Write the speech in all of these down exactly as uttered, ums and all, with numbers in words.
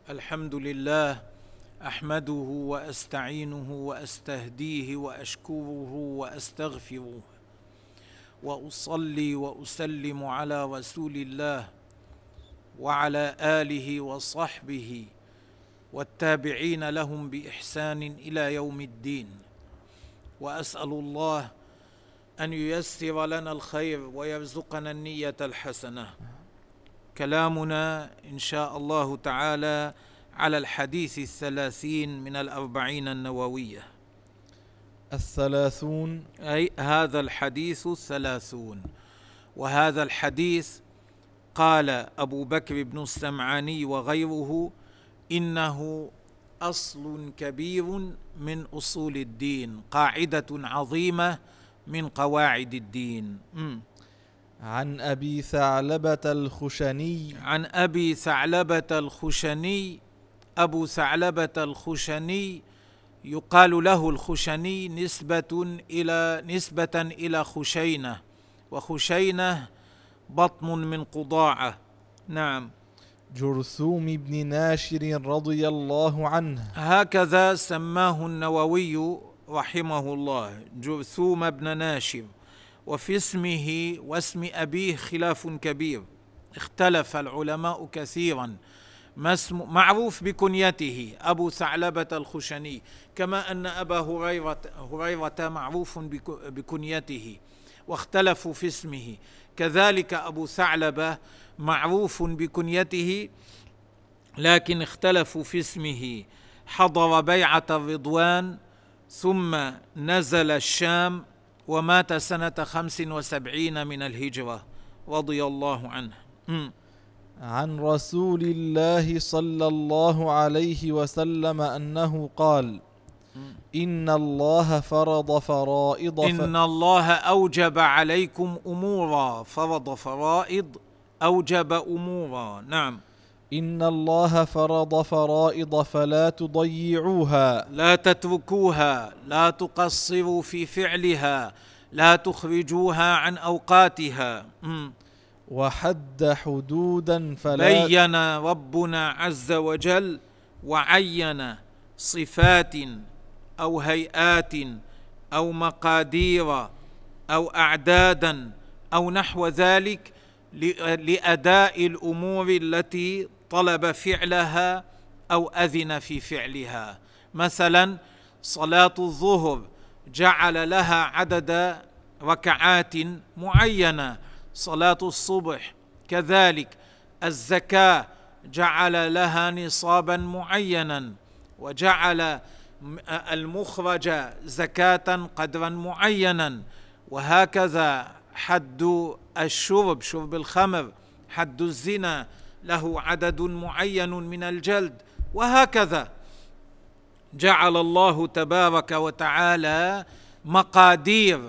الحمد لله أحمده وأستعينه وأستهديه وأشكره وأستغفره وأصلي وأسلم على رسول الله وعلى آله وصحبه والتابعين لهم بإحسان إلى يوم الدين. وأسأل الله أن ييسر لنا الخير ويرزقنا النية الحسنة. كلامنا إن شاء الله تعالى على الحديث الثلاثين من الأربعين النووية. الثلاثون أي هذا الحديث الثلاثون. وهذا الحديث قال أبو بكر بن السمعاني وغيره إنه أصل كبير من أصول الدين، قاعدة عظيمة من قواعد الدين. م. عن أبي ثعلبة الخشني عن أبي ثعلبة الخشني. أبو ثعلبة الخشني يقال له الخشني نسبة إلى نسبة إلى خشينة، وخشينة بطن من قضاعة. نعم. جرثوم بن ناشر رضي الله عنه، هكذا سماه النووي رحمه الله، جرثوم بن ناشر. وفي اسمه واسم أبيه خلاف كبير، اختلف العلماء كثيرا. ما اسم معروف بكنيته أبو ثعلبة الخشني، كما أن أبا هريرة, هريرة معروف بكنيته واختلفوا في اسمه. كذلك أبو ثعلبة معروف بكنيته لكن اختلفوا في اسمه. حضر بيعة الرضوان ثم نزل الشام ومات سنة خمس وسبعين من الهجرة رضي الله عنه. م. عن رسول الله صلى الله عليه وسلم أنه قال: إن الله فرض فرائض ف... إن الله أوجب عليكم أمورا، فرض فرائض، أوجب أمورا. نعم. إن الله فرض فرائض فلا تضيعوها، لا تتركوها، لا تقصروا في فعلها، لا تخرجوها عن أوقاتها. م. وحد حدودا فلا بين ربنا عز وجل وعين صفات أو هيئات أو مقادير أو أعدادا أو نحو ذلك لأداء الأمور التي طلب فعلها أو أذن في فعلها. مثلا صلاة الظهر جعل لها عدد ركعات معينة، صلاة الصبح كذلك. الزكاة جعل لها نصابا معينا، وجعل المخرج زكاة قدرا معينا. وهكذا حد الشرب، شرب الخمر، حد الزنا له عدد معين من الجلد. وهكذا جعل الله تبارك وتعالى مقادير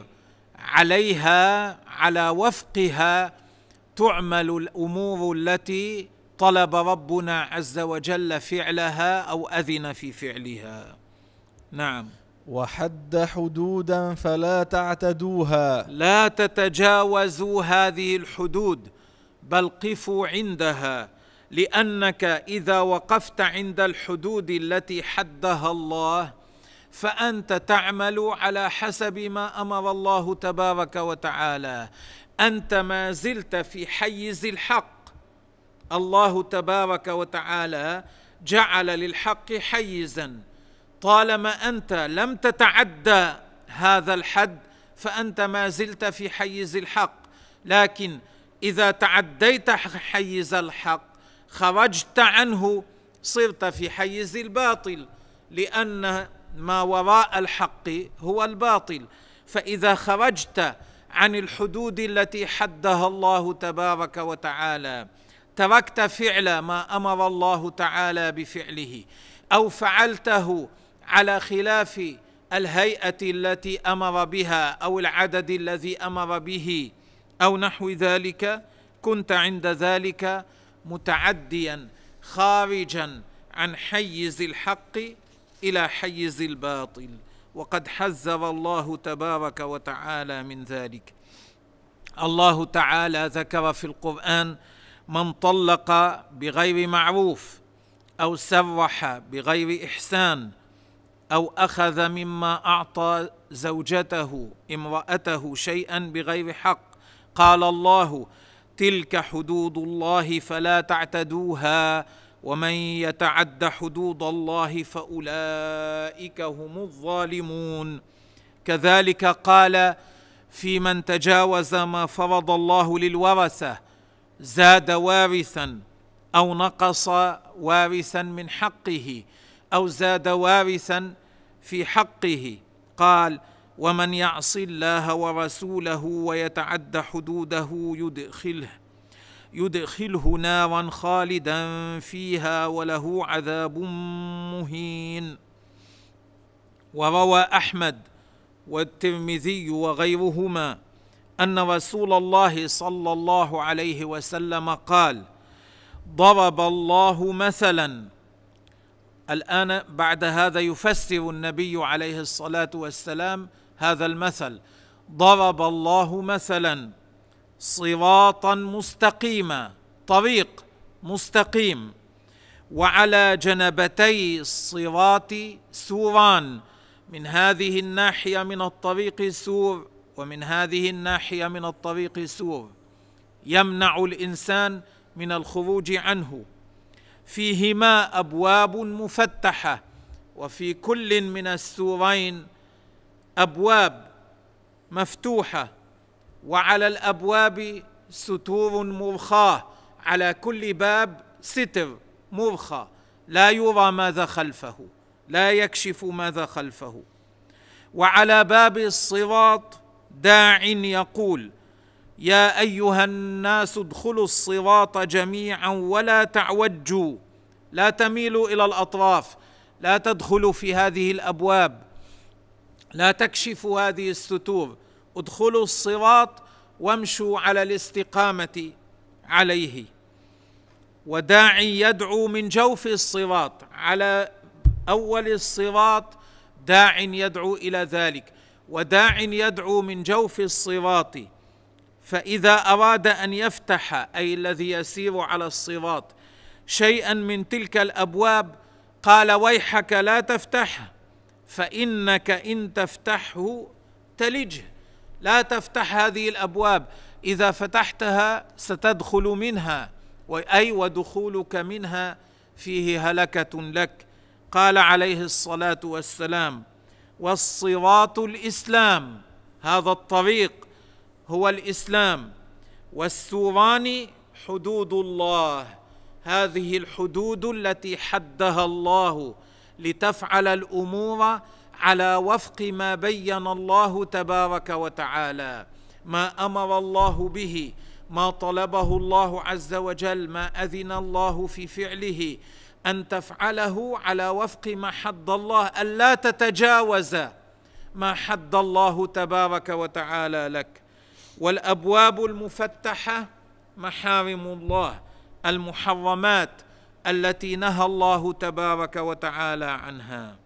عليها، على وفقها تعمل الأمور التي طلب ربنا عز وجل فعلها أو أذن في فعلها. نعم. وحد حدودا فلا تعتدوها، لا تتجاوزوا هذه الحدود بل قفوا عندها، لأنك إذا وقفت عند الحدود التي حدها الله فأنت تعمل على حسب ما أمر الله تبارك وتعالى. أنت ما زلت في حيز الحق. الله تبارك وتعالى جعل للحق حيزا، طالما أنت لم تتعدى هذا الحد فأنت ما زلت في حيز الحق. لكن إذا تعديت حيز الحق خرجت عنه صرت في حيز الباطل، لأن ما وراء الحق هو الباطل. فإذا خرجت عن الحدود التي حدها الله تبارك وتعالى، تركت فعل ما أمر الله تعالى بفعله، أو فعلته على خلاف الهيئة التي أمر بها أو العدد الذي أمر به أو نحو ذلك، كنت عند ذلك متعديا خارجا عن حيز الحق إلى حيز الباطل، وقد حذر الله تبارك وتعالى من ذلك. الله تعالى ذكر في القرآن من طلق بغير معروف أو سرح بغير إحسان أو أخذ مما أعطى زوجته امرأته شيئا بغير حق. قال الله: تلك حدود الله فلا تعتدوها ومن يتعد حدود الله فأولئك هم الظالمون. كذلك قال في من تجاوز ما فرض الله للورثة: زاد وارثا أو نقص وارثا من حقه أو زاد وارثا في حقه. قال: ومن يعص الله ورسوله ويتعد حدوده يدخله يدخله نارا خالدا فيها وله عذاب مهين. وروى أحمد والترمذي وغيرهما أن رسول الله صلى الله عليه وسلم قال: ضرب الله مثلا. الآن بعد هذا يفسر النبي عليه الصلاة والسلام هذا المثل: ضرب الله مثلا صراطا مستقيما، طريق مستقيم، وعلى جنبتي الصراط سوران، من هذه الناحية من الطريق سور ومن هذه الناحية من الطريق سور، يمنع الإنسان من الخروج عنه. فيهما أبواب مفتحة، وفي كل من السورين أبواب مفتوحة، وعلى الأبواب ستور مرخاة، على كل باب ستر مرخى لا يرى ماذا خلفه، لا يكشف ماذا خلفه. وعلى باب الصراط داع يقول: يا أيها الناس ادخلوا الصراط جميعا ولا تعوجوا، لا تميلوا إلى الأطراف، لا تدخلوا في هذه الأبواب، لا تكشفوا هذه الستور، ادخلوا الصراط وامشوا على الاستقامة عليه. وداع يدعو من جوف الصراط، على أول الصراط داع يدعو إلى ذلك، وداع يدعو من جوف الصراط. فإذا أراد أن يفتح، أي الذي يسير على الصراط، شيئا من تلك الأبواب، قال: ويحك لا تفتحه، فإنك إن تفتحه تلجه. لا تفتح هذه الأبواب، إذا فتحتها ستدخل منها، أي ودخولك منها فيه هلكة لك. قال عليه الصلاة والسلام: والصراط الإسلام، هذا الطريق هو الإسلام، والسوران حدود الله، هذه الحدود التي حدها الله لتفعل الأمور على وفق ما بين الله تبارك وتعالى، ما أمر الله به، ما طلبه الله عز وجل، ما أذن الله في فعله، أن تفعله على وفق ما حد الله، ألا تتجاوز ما حد الله تبارك وتعالى لك. والأبواب المفتحة محارم الله، المحرمات التي نهى الله تبارك وتعالى عنها.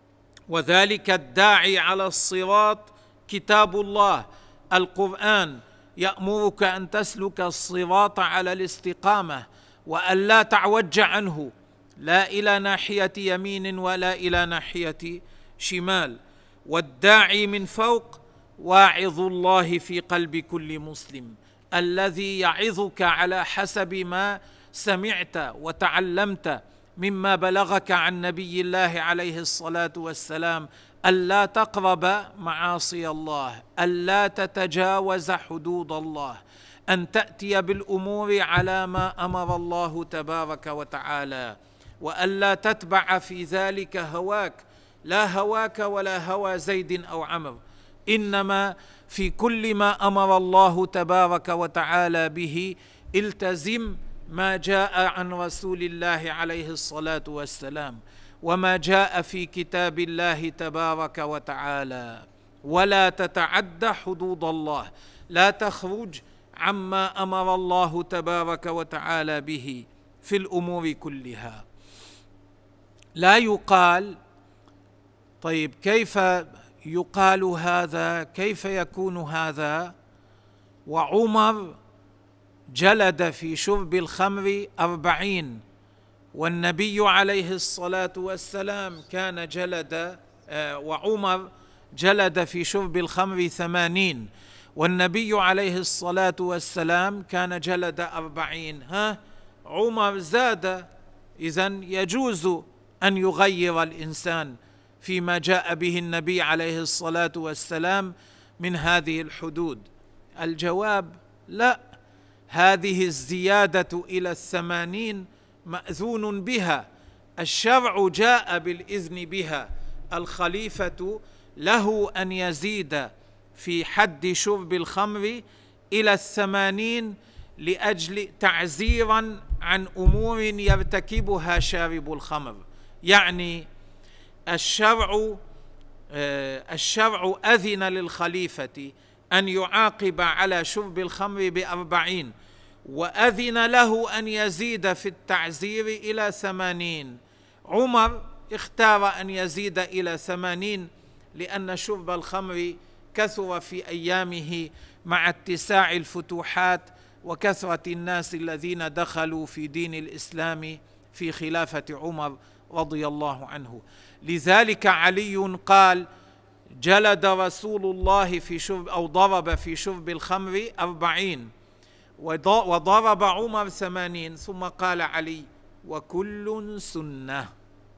وذلك الداعي على الصراط كتاب الله، القرآن، يأمرك أن تسلك الصراط على الاستقامة وأن لا تعوج عنه، لا إلى ناحية يمين ولا إلى ناحية شمال. والداعي من فوق واعظ الله في قلب كل مسلم، الذي يعظك على حسب ما سمعت وتعلمت مما بلغك عن نبي الله عليه الصلاة والسلام، ألا تقرب معاصي الله، ألا تتجاوز حدود الله، أن تأتي بالأمور على ما أمر الله تبارك وتعالى، وألا تتبع في ذلك هواك، لا هواك ولا هوى زيد أو عمرو، إنما في كل ما أمر الله تبارك وتعالى به التزم ما جاء عن رسول الله عليه الصلاة والسلام وما جاء في كتاب الله تبارك وتعالى، ولا تتعد حدود الله، لا تخرج عما أمر الله تبارك وتعالى به في الأمور كلها. لا يقال: طيب كيف يقال هذا، كيف يكون هذا وعمر جلد في شرب الخمر أربعين والنبي عليه الصلاة والسلام كان جلد وعمر جلد في شرب الخمر ثمانين، والنبي عليه الصلاة والسلام كان جلد أربعين. ها عمر زاد، إذن يجوز أن يغير الإنسان فيما جاء به النبي عليه الصلاة والسلام من هذه الحدود. الجواب لا، هذه الزيادة إلى الثمانين مأذون بها، الشرع جاء بالإذن بها. الخليفة له أن يزيد في حد شرب الخمر إلى الثمانين لأجل تعزيرا عن أمور يرتكبها شارب الخمر. يعني الشرع الشرع أذن للخليفة أن يعاقب على شرب الخمر بأربعين، وأذن له أن يزيد في التعزير إلى ثمانين. عمر اختار أن يزيد إلى ثمانين لأن شرب الخمر كثر في أيامه مع اتساع الفتوحات وكثرة الناس الذين دخلوا في دين الإسلام في خلافة عمر رضي الله عنه. لذلك علي قال: جلد رسول الله في شرب أو ضرب في شرب الخمر أربعين وضرب عمر ثمانين، ثم قال علي: وكل سنة.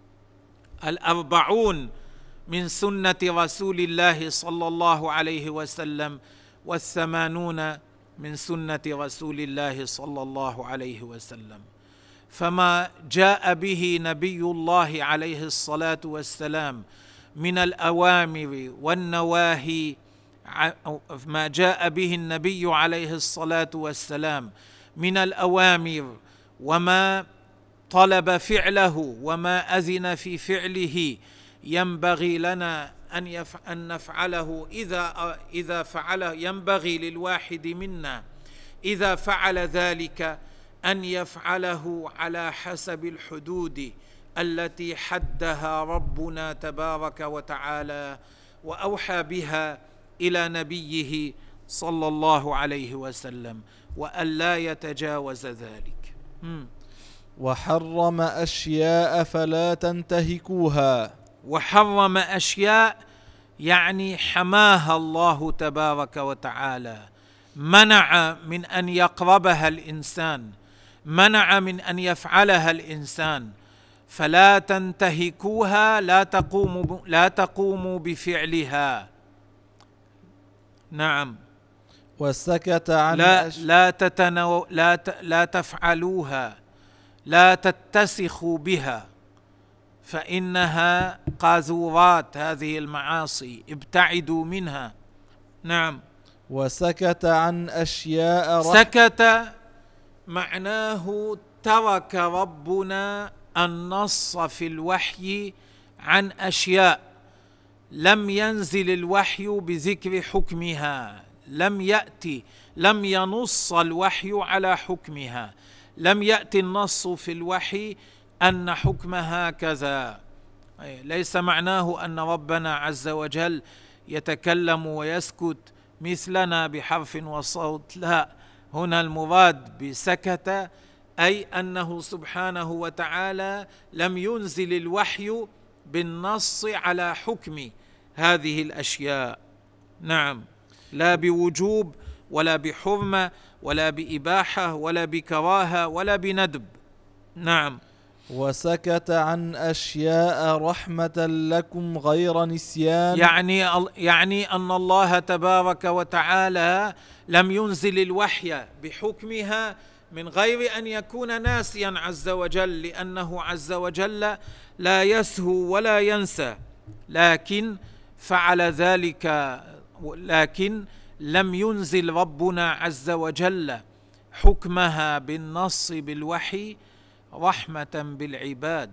الأربعون من سنة رسول الله صلى الله عليه وسلم، والثمانون من سنة رسول الله صلى الله عليه وسلم. فما جاء به نبي الله عليه الصلاة والسلام من الأوامر والنواهي، ما جاء به النبي عليه الصلاة والسلام من الأوامر وما طلب فعله وما أذن في فعله، ينبغي لنا أن أن نفعله. إذا إذا فعله، ينبغي للواحد منا إذا فعل ذلك أن يفعله على حسب الحدود التي حدها ربنا تبارك وتعالى وأوحى بها إلى نبيه صلى الله عليه وسلم، وأن لا يتجاوز ذلك. م. وحرم أشياء فلا تنتهكوها. وحرم أشياء يعني حماها الله تبارك وتعالى، منع من أن يقربها الإنسان، منع من أن يفعلها الإنسان. فلا تنتهكوها، لا تقوموا لا تقوموا بفعلها. نعم. وسكت عن لا لا تتنو لا ت... لا تفعلوها، لا تتسخوا بها، فإنها قاذورات، هذه المعاصي ابتعدوا منها. نعم. وسكت عن أشياء رح... سكت معناه ترك ربنا النص في الوحي عن أشياء لم ينزل الوحي بذكر حكمها، لم يأتي لم ينص الوحي على حكمها، لم يأتي النص في الوحي أن حكمها كذا. ليس معناه أن ربنا عز وجل يتكلم ويسكت مثلنا بحرف وصوت، لا، هنا المراد بسكت أي أنه سبحانه وتعالى لم ينزل الوحي بالنص على حكم هذه الأشياء. نعم، لا بوجوب ولا بحرمة ولا بإباحة ولا بكراهة ولا بندب. نعم. وسكت عن أشياء رحمة لكم غير نسيان، يعني يعني أن الله تبارك وتعالى لم ينزل الوحي بحكمها من غير أن يكون ناسيا عز وجل، لأنه عز وجل لا يسهو ولا ينسى، لكن فعل ذلك، لكن لم ينزل ربنا عز وجل حكمها بالنص بالوحي رحمة بالعباد،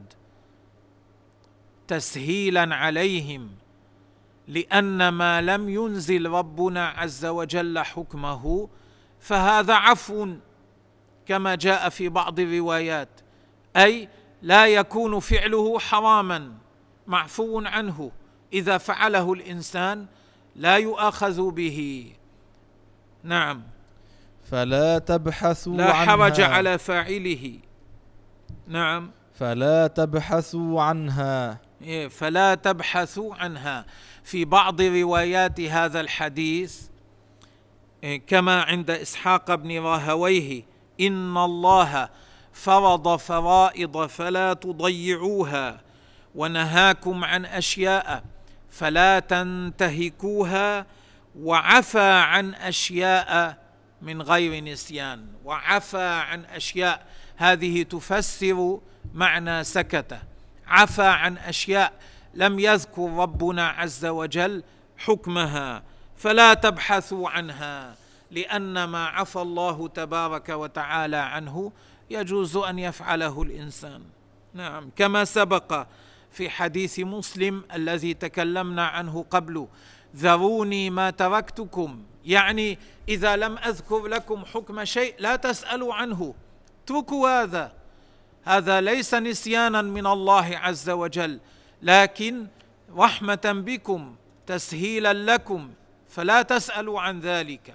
تسهيلا عليهم، لأن ما لم ينزل ربنا عز وجل حكمه فهذا عفو كما جاء في بعض الروايات، أي لا يكون فعله حراما، معفو عنه، إذا فعله الإنسان لا يؤاخذ به. نعم. فلا تبحثوا لا عنها، حرج على فاعله. نعم. فلا تبحثوا عنها. فلا تبحثوا عنها. في بعض روايات هذا الحديث كما عند إسحاق بن راهويه: إن الله فرض فرائض فلا تضيعوها، ونهاكم عن أشياء فلا تنتهكوها، وعفى عن أشياء من غير نسيان. وعفى عن أشياء هذه تفسر معنى سكت. عفى عن أشياء لم يذكر ربنا عز وجل حكمها، فلا تبحثوا عنها، لأن ما عفى الله تبارك وتعالى عنه يجوز أن يفعله الإنسان. نعم، كما سبق في حديث مسلم الذي تكلمنا عنه قبل: ذروني ما تركتكم، يعني إذا لم أذكر لكم حكم شيء لا تسألوا عنه، اتركوا هذا. هذا ليس نسيانا من الله عز وجل، لكن رحمة بكم، تسهيلا لكم، فلا تسألوا عن ذلك.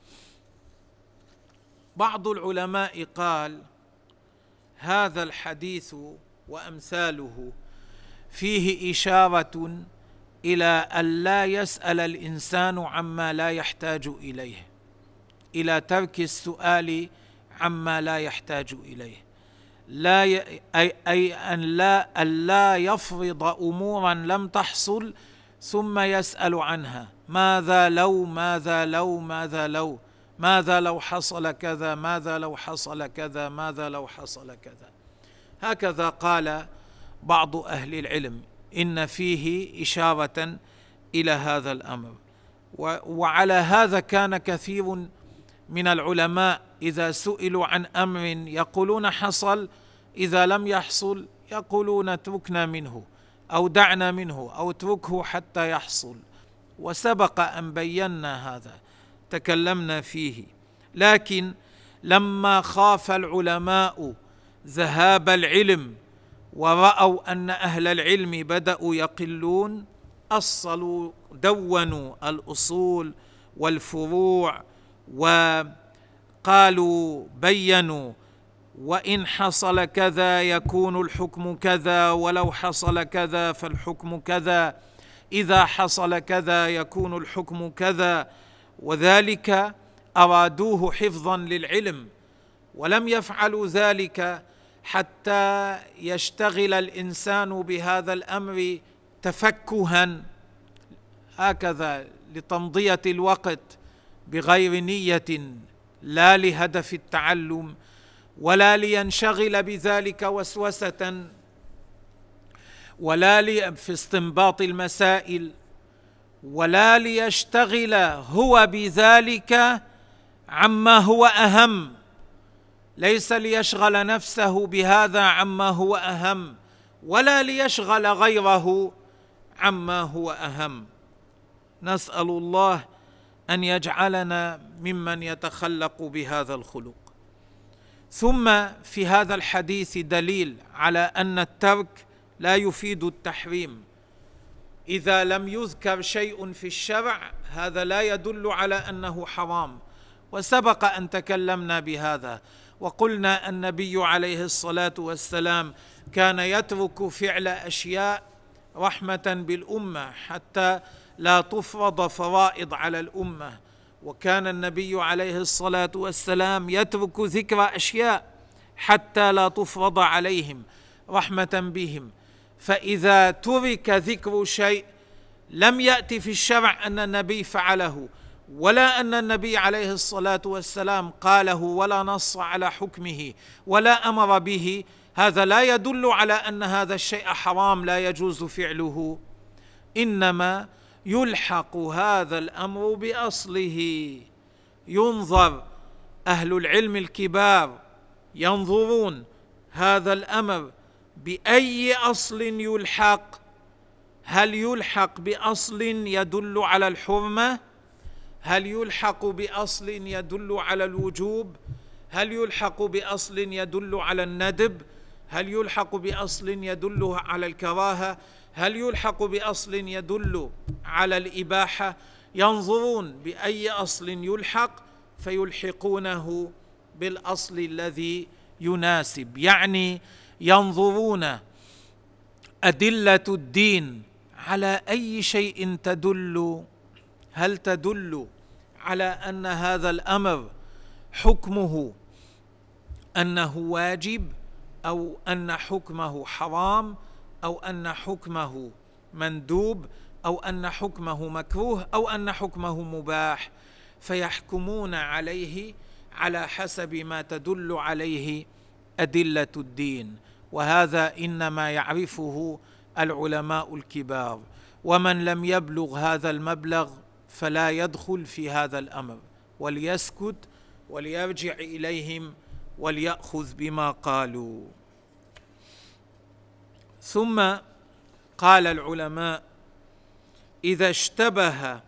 بعض العلماء قال: هذا الحديث وأمثاله فيه إشارة إلى أن لا يسأل الإنسان عما لا يحتاج إليه، إلى ترك السؤال عما لا يحتاج إليه، لا ي... أي... أي أن لا أن لا يفرض أمورا لم تحصل ثم يسأل عنها: ماذا لو ماذا لو ماذا لو ماذا لو حصل كذا، ماذا لو حصل كذا، ماذا لو حصل كذا. هكذا قال بعض أهل العلم، إن فيه إشارة إلى هذا الأمر. و... وعلى هذا كان كثير من العلماء إذا سئلوا عن أمر يقولون حصل، إذا لم يحصل يقولون اتركنا منه أو دعنا منه أو اتركه حتى يحصل. وسبق أن بينا هذا، تكلمنا فيه. لكن لما خاف العلماء ذهاب العلم ورأوا أن أهل العلم بدأوا يقلون، أصلوا دونوا الأصول والفروع، وقالوا بينوا: وإن حصل كذا يكون الحكم كذا، ولو حصل كذا فالحكم كذا، إذا حصل كذا يكون الحكم كذا. وذلك أرادوه حفظا للعلم، ولم يفعلوا ذلك حتى يشتغل الإنسان بهذا الأمر تفكها هكذا لتمضية الوقت بغير نية، لا لهدف التعلم، ولا لينشغل بذلك وسوسة، ولا في استنباط المسائل، ولا ليشتغل هو بذلك عما هو أهم. ليس ليشغل نفسه بهذا عما هو أهم، ولا ليشغل غيره عما هو أهم. نسأل الله أن يجعلنا ممن يتخلق بهذا الخلق. ثم في هذا الحديث دليل على أن الترك لا يفيد التحريم. إذا لم يذكر شيء في الشرع هذا لا يدل على أنه حرام، وسبق أن تكلمنا بهذا وقلنا النبي عليه الصلاة والسلام كان يترك فعل أشياء رحمة بالأمة حتى لا تفرض فرائض على الأمة، وكان النبي عليه الصلاة والسلام يترك ذكر أشياء حتى لا تفرض عليهم رحمة بهم. فإذا ترك ذكر شيء لم يأتي في الشرع أن النبي فعله، ولا أن النبي عليه الصلاة والسلام قاله، ولا نص على حكمه، ولا أمر به، هذا لا يدل على أن هذا الشيء حرام لا يجوز فعله. إنما يلحق هذا الأمر بأصله. ينظر أهل العلم الكبار ينظرون هذا الأمر بأي أصل يلحق. هل يلحق بأصل يدل على الحرمة؟ هل يلحق بأصل يدل على الوجوب؟ هل يلحق بأصل يدل على الندب؟ هل يلحق بأصل يدل على الكراهة؟ هل يلحق بأصل يدل على الإباحة؟ ينظرون بأي أصل يلحق فيلحقونه بالأصل الذي يناسب. يعني ينظرون أدلة الدين على أي شيء تدل؟ هل تدل على أن هذا الأمر حكمه أنه واجب، أو أن حكمه حرام، أو أن حكمه مندوب، أو أن حكمه مكروه، أو أن حكمه مباح، فيحكمون عليه على حسب ما تدل عليه أدلة الدين. وهذا إنما يعرفه العلماء الكبار، ومن لم يبلغ هذا المبلغ فلا يدخل في هذا الأمر، وليسكت وليرجع إليهم وليأخذ بما قالوا. ثم قال العلماء: إذا اشتبه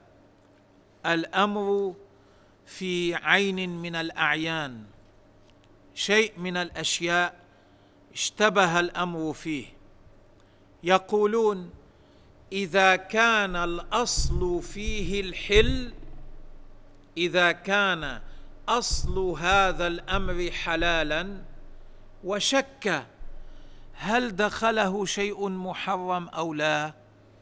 الأمر في عين من الأعيان، شيء من الأشياء اشتبه الأمر فيه، يقولون: إذا كان الأصل فيه الحل، إذا كان أصل هذا الأمر حلالا وشك هل دخله شيء محرم أو لا،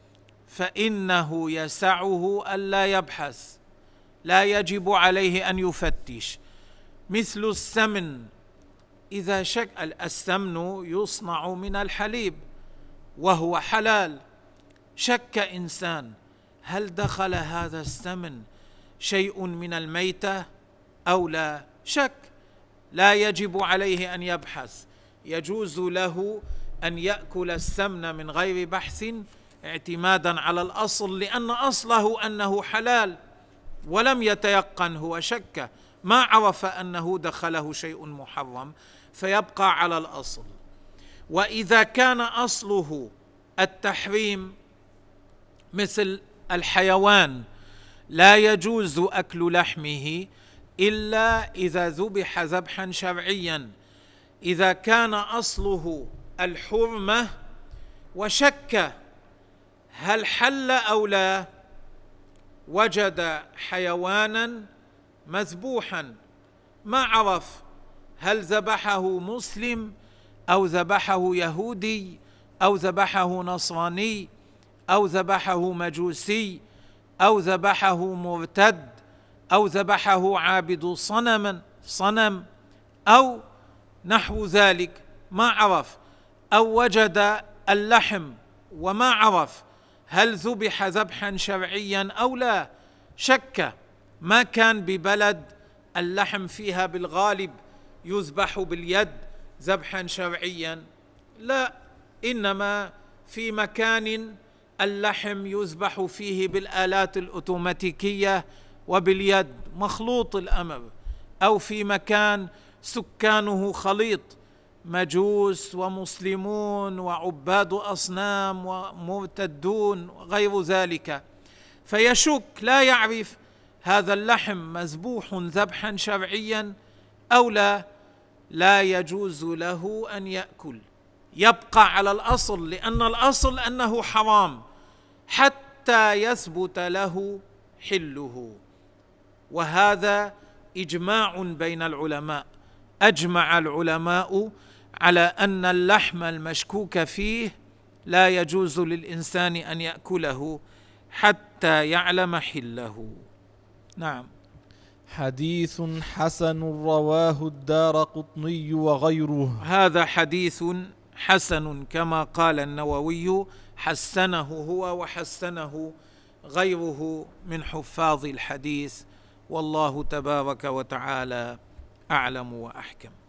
فإنه يسعه ألا يبحث، لا يجب عليه أن يفتش. مثل السمن، إذا شك، السمن يصنع من الحليب وهو حلال، شك إنسان هل دخل هذا السمن شيء من الميتة أو لا، شك، لا يجب عليه أن يبحث، يجوز له أن يأكل السمن من غير بحث اعتمادا على الأصل، لأن أصله أنه حلال، ولم يتيقن، هو شك، ما عرف أنه دخله شيء محرم، فيبقى على الأصل. وإذا كان أصله التحريم، مثل الحيوان لا يجوز أكل لحمه إلا إذا ذبح ذبحا شرعيا، إذا كان أصله الحرمة وشك هل حل أو لا، وجد حيوانا مذبوحا ما عرف هل ذبحه مسلم أو ذبحه يهودي أو ذبحه نصراني أو ذبحه مجوسي أو ذبحه مرتد أو ذبحه عابد صنم صنم أو نحو ذلك، ما عرف، أو وجد اللحم وما عرف هل ذبح ذبحا شرعيا أو لا، شك، ما كان ببلد اللحم فيها بالغالب يذبح باليد ذبحا شرعيا، لا، إنما في مكان اللحم يذبح فيه بالآلات الأوتوماتيكية وباليد، مخلوط الأمر، أو في مكان سكانه خليط، مجوس ومسلمون وعباد أصنام ومرتدون وغير ذلك، فيشك، لا يعرف هذا اللحم مذبوح ذبحا شرعيا أو لا، لا يجوز له أن يأكل، يبقى على الأصل، لأن الأصل أنه حرام حتى يثبت له حله. وهذا إجماع بين العلماء، أجمع العلماء على أن اللحم المشكوك فيه لا يجوز للإنسان أن يأكله حتى يعلم حله. نعم. حديث حسن رواه الدارقطني وغيره. هذا حديث حسن كما قال النووي، حسنه هو وحسنه غيره من حفاظ الحديث، والله تبارك وتعالى أعلم وأحكم.